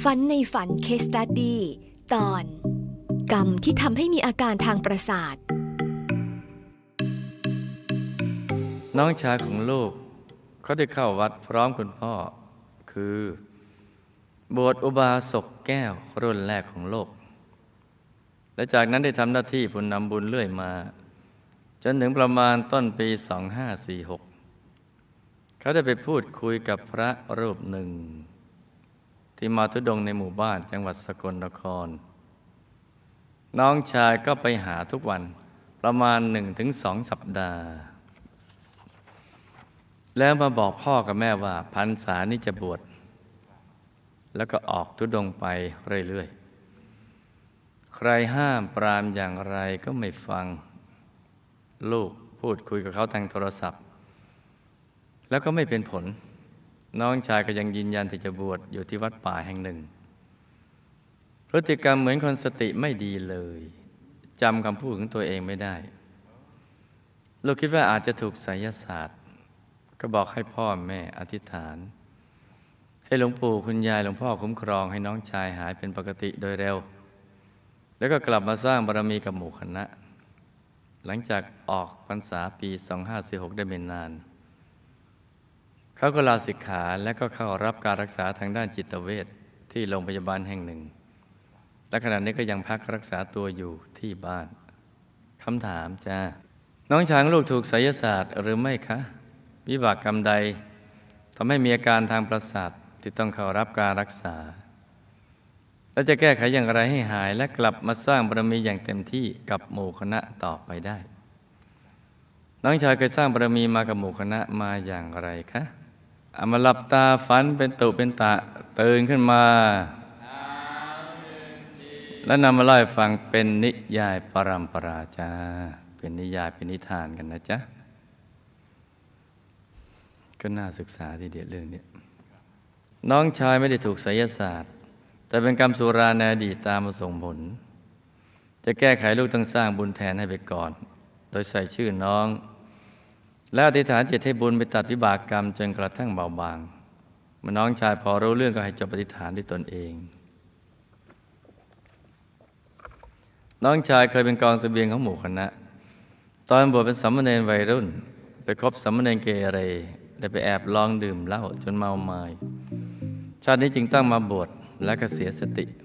ฝันในฝันเคสตัดดี้ตอนกรรมที่ทำให้มีอาการทางประสาทน้องชายของลูกเขาได้เข้าวัดพร้อมคุณพ่อคือบวชอุบาสกแก้วรุ่นแรกของโลกและจากนั้นได้ทำหน้าที่ผู้นำบุญเรื่อยมาจนถึงประมาณต้นปี 2546 เขาได้ไปพูดคุยกับพระรูปหนึ่งที่มาธุดงค์ในหมู่บ้านจังหวัดสกลนครน้องชายก็ไปหาทุกวันประมาณ 1-2 สัปดาห์แล้วมาบอกพ่อกับแม่ว่าพรรษานี้จะบวชแล้วก็ออกธุดงค์ไปเรื่อยๆใครห้ามปรามอย่างไรก็ไม่ฟังลูกพูดคุยกับเขาทางโทรศัพท์แล้วก็ไม่เป็นผลน้องชายก็ยังยืนยันที่จะบวชอยู่ที่วัดป่าแห่งหนึ่งพฤติกรรมเหมือนคนสติไม่ดีเลยจำคำพูดของตัวเองไม่ได้ลูกคิดว่าอาจจะถูกไสยศาสตร์ก็บอกให้พ่อแม่อธิษฐานให้หลวงปู่คุณยายหลวงพ่อคุ้มครองให้น้องชายหายเป็นปกติโดยเร็วแล้วก็กลับมาสร้างบารมีกับหมู่คณะหลังจากออกพรรษาปี 2546 ได้ไม่นานเขาก็ลาสิกขาและก็เข้ารับการรักษาทางด้านจิตเวชที่โรงพยาบาลแห่งหนึ่งและขณะนี้ก็ยังพักรักษาตัวอยู่ที่บ้านคำถามจ้าน้องชายลูกถูกไสยศาสตร์หรือไม่คะวิบากกรรมใดทำให้มีอาการทางประสาทที่ต้องเข้ารับการรักษาและจะแก้ไขอย่างไรให้หายและกลับมาสร้างบารมีอย่างเต็มที่กับหมู่คณะต่อไปได้น้องชายเคยสร้างบารมีมากับหมู่คณะมาอย่างไรคะเอามาหลับตาฝันเป็นตุเป็นตะตื่นขึ้นมาแล้วนำมาเล่าให้ฟังเป็นนิยายปรัมปราจาเป็นนิยายเป็นนิทานกันนะจ๊ะก็น่าศึกษาทีเดียวเรื่องนี้น้องชายไม่ได้ถูกไสยศาสตร์แต่เป็นกรรมสุราในอดีตตามมาส่งผลจะแก้ไขลูกต้องสร้างบุญแทนให้ไปก่อนโดยใส่ชื่อน้องและอธิษฐานจิตให้บุญไปตัดวิบากกรรมจนกระทั่งเบาบางเมื่อน้องชายพอรู้เรื่องก็ให้จบอธิษฐานด้วยตนเองน้องชายเคยเป็นกองเสบียงของหมู่คณะตอนบวชเป็นสามเณรวัยรุ่นไปคบสามเณรเกเรได้ไปแอบลองดื่มเหล้าจนเมาเมายชาตินี้จึงต้องมาบวชและก็เสียสติ